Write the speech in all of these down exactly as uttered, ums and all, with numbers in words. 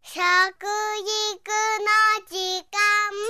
食育の時間。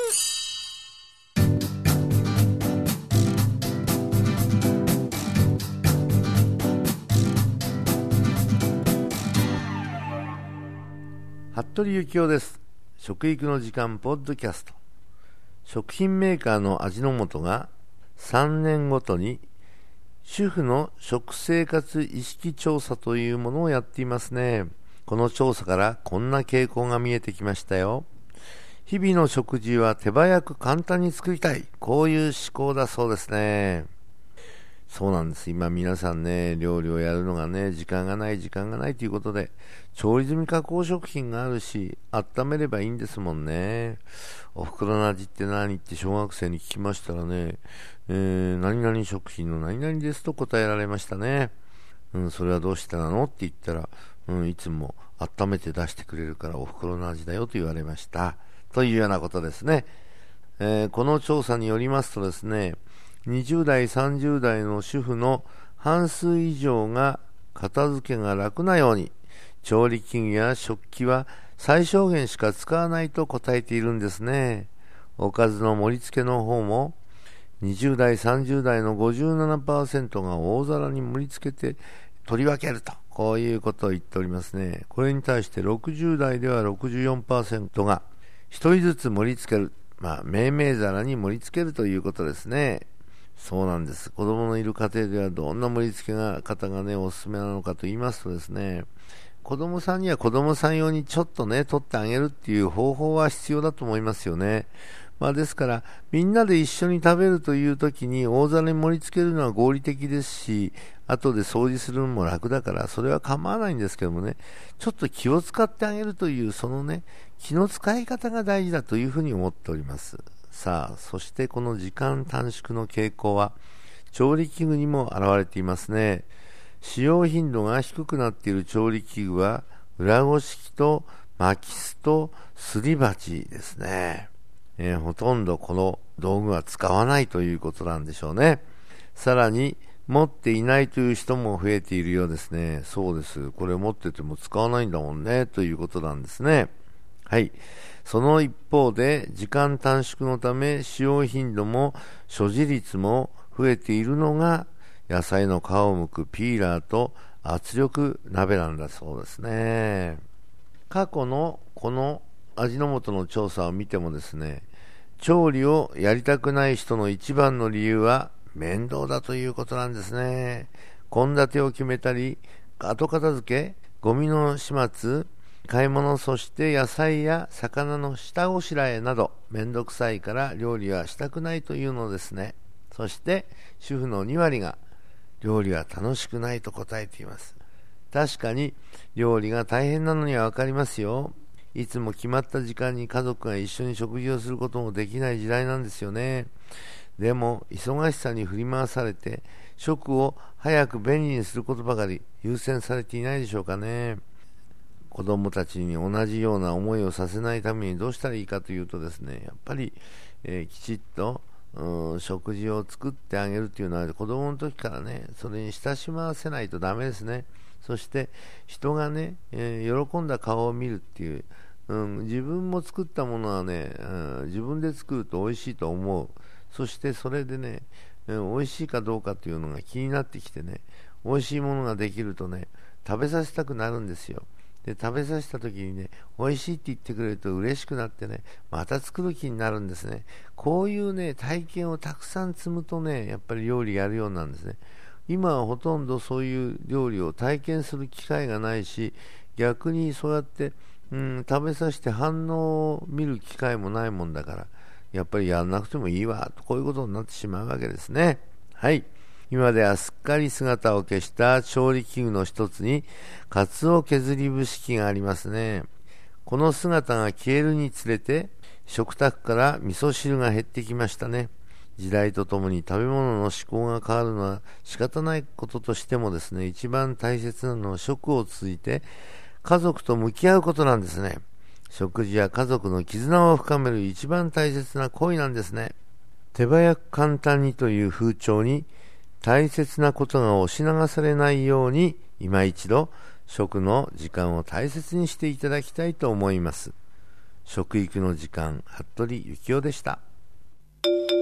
服部幸男です。食育の時間ポッドキャスト。食品メーカーの味の素がさんねんごとに主婦の食生活意識調査というものをやっていますね。この調査からこんな傾向が見えてきましたよ。日々の食事は手早く簡単に作りたい、こういう思考だそうですね。そうなんです。今皆さんね、料理をやるのがね、時間がない時間がないということで、調理済み加工食品があるし、温めればいいんですもんね。お袋の味って何って小学生に聞きましたらね、えー、何々食品の何々ですと答えられましたね。うん、それはどうしてなのって言ったら、うん、いつも温めて出してくれるからお袋の味だよと言われました。というようなことですね。えー、この調査によりますとですね、にじゅう代さんじゅう代の主婦の半数以上が片付けが楽なように調理器具や食器は最小限しか使わないと答えているんですね。おかずの盛り付けの方もにじゅう代さんじゅう代の ごじゅうななパーセント が大皿に盛り付けて取り分けると、こういうことを言っておりますね。これに対してろくじゅう代では ろくじゅうよんパーセント が一人ずつ盛り付ける、まあ命名皿に盛り付けるということですね。そうなんです。子供のいる家庭ではどんな盛り付けが方がねおすすめなのかと言いますとですね、子供さんには子供さん用にちょっとね取ってあげるっていう方法は必要だと思いますよね。まあですからみんなで一緒に食べるという時に大皿に盛り付けるのは合理的ですし、後で掃除するのも楽だからそれは構わないんですけどもね、ちょっと気を使ってあげるというそのね気の使い方が大事だというふうに思っております。さあ、そしてこの時間短縮の傾向は調理器具にも現れていますね。使用頻度が低くなっている調理器具は裏ごし器と巻きすとすり鉢ですね。えー、ほとんどこの道具は使わないということなんでしょうね。さらに持っていないという人も増えているようですね。そうです。これ持ってても使わないんだもんねということなんですね。はい。その一方で時間短縮のため使用頻度も所持率も増えているのが野菜の皮を剥くピーラーと圧力鍋なんだそうですね。過去のこの味の素の調査を見てもですね、調理をやりたくない人の一番の理由は面倒だということなんですね。献立を決めたり、後片付け、ゴミの始末、買い物、そして野菜や魚の下ごしらえなどめんどくさいから料理はしたくないというのですね。そして主婦のに割が料理は楽しくないと答えています。確かに料理が大変なのにはわかりますよ。いつも決まった時間に家族が一緒に食事をすることもできない時代なんですよね。でも忙しさに振り回されて食を早く便利にすることばかり優先されていないでしょうかね。子供たちに同じような思いをさせないためにどうしたらいいかというとですね、やっぱり、えー、きちっと、うん、食事を作ってあげるというのは子供の時からね、それに親しませないとダメですね。そして人がね、えー、喜んだ顔を見るっていう、うん、自分も作ったものはね、うん、自分で作ると美味しいと思う。そしてそれでね、うん、美味しいかどうかというのが気になってきてね、美味しいものができるとね、食べさせたくなるんですよ。で食べさせた時にね、美味しいって言ってくれると嬉しくなってね、また作る気になるんですね。こういうね体験をたくさん積むとね、やっぱり料理やるようなんですね。今はほとんどそういう料理を体験する機会がないし、逆にそうやって、うん、食べさせて反応を見る機会もないもんだから、やっぱりやんなくてもいいわと、こういうことになってしまうわけですね。はい。今ではすっかり姿を消した調理器具の一つにカツオ削り節機がありますね。この姿が消えるにつれて食卓から味噌汁が減ってきましたね。時代とともに食べ物の嗜好が変わるのは仕方ないこととしてもですね、一番大切なのは食を通じて家族と向き合うことなんですね。食事や家族の絆を深める一番大切な行為なんですね。手早く簡単にという風潮に大切なことが押し流されないように、今一度食の時間を大切にしていただきたいと思います。食育の時間、服部幸男でした。